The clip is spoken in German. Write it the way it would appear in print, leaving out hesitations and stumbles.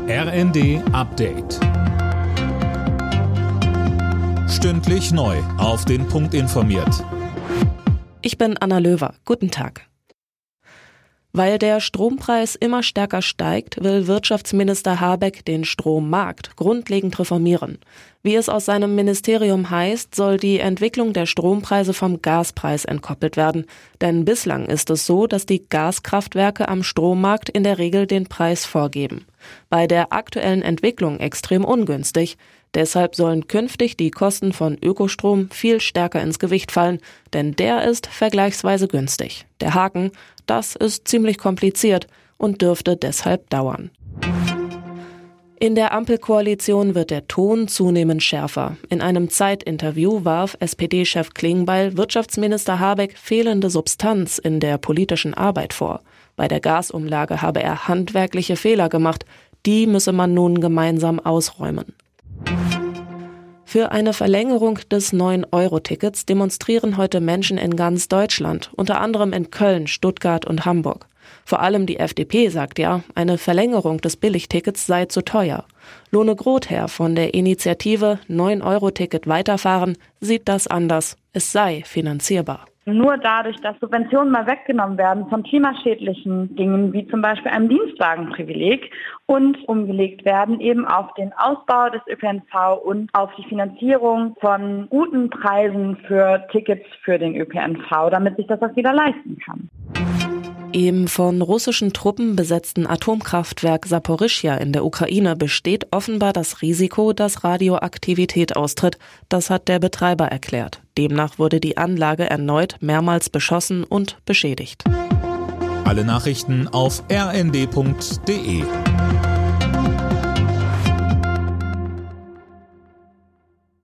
RND Update. Stündlich neu auf den Punkt informiert. Ich bin Anna Löwer. Guten Tag. Weil der Strompreis immer stärker steigt, will Wirtschaftsminister Habeck den Strommarkt grundlegend reformieren. Wie es aus seinem Ministerium heißt, soll die Entwicklung der Strompreise vom Gaspreis entkoppelt werden. Denn bislang ist es so, dass die Gaskraftwerke am Strommarkt in der Regel den Preis vorgeben. Bei der aktuellen Entwicklung extrem ungünstig. Deshalb sollen künftig die Kosten von Ökostrom viel stärker ins Gewicht fallen, denn der ist vergleichsweise günstig. Der Haken, das ist ziemlich kompliziert und dürfte deshalb dauern. In der Ampelkoalition wird der Ton zunehmend schärfer. In einem Zeit-Interview warf SPD-Chef Klingbeil Wirtschaftsminister Habeck fehlende Substanz in der politischen Arbeit vor. Bei der Gasumlage habe er handwerkliche Fehler gemacht. Die müsse man nun gemeinsam ausräumen. Für eine Verlängerung des 9-Euro-Tickets demonstrieren heute Menschen in ganz Deutschland, unter anderem in Köln, Stuttgart und Hamburg. Vor allem die FDP sagt ja, eine Verlängerung des Billigtickets sei zu teuer. Lone Grother von der Initiative 9-Euro-Ticket weiterfahren sieht das anders. Es sei finanzierbar. Nur dadurch, dass Subventionen mal weggenommen werden von klimaschädlichen Dingen, wie zum Beispiel einem Dienstwagenprivileg, und umgelegt werden eben auf den Ausbau des ÖPNV und auf die Finanzierung von guten Preisen für Tickets für den ÖPNV, damit sich das auch wieder leisten kann. Im von russischen Truppen besetzten Atomkraftwerk Saporischschja in der Ukraine besteht offenbar das Risiko, dass Radioaktivität austritt. Das hat der Betreiber erklärt. Demnach wurde die Anlage erneut mehrmals beschossen und beschädigt. Alle Nachrichten auf rnd.de.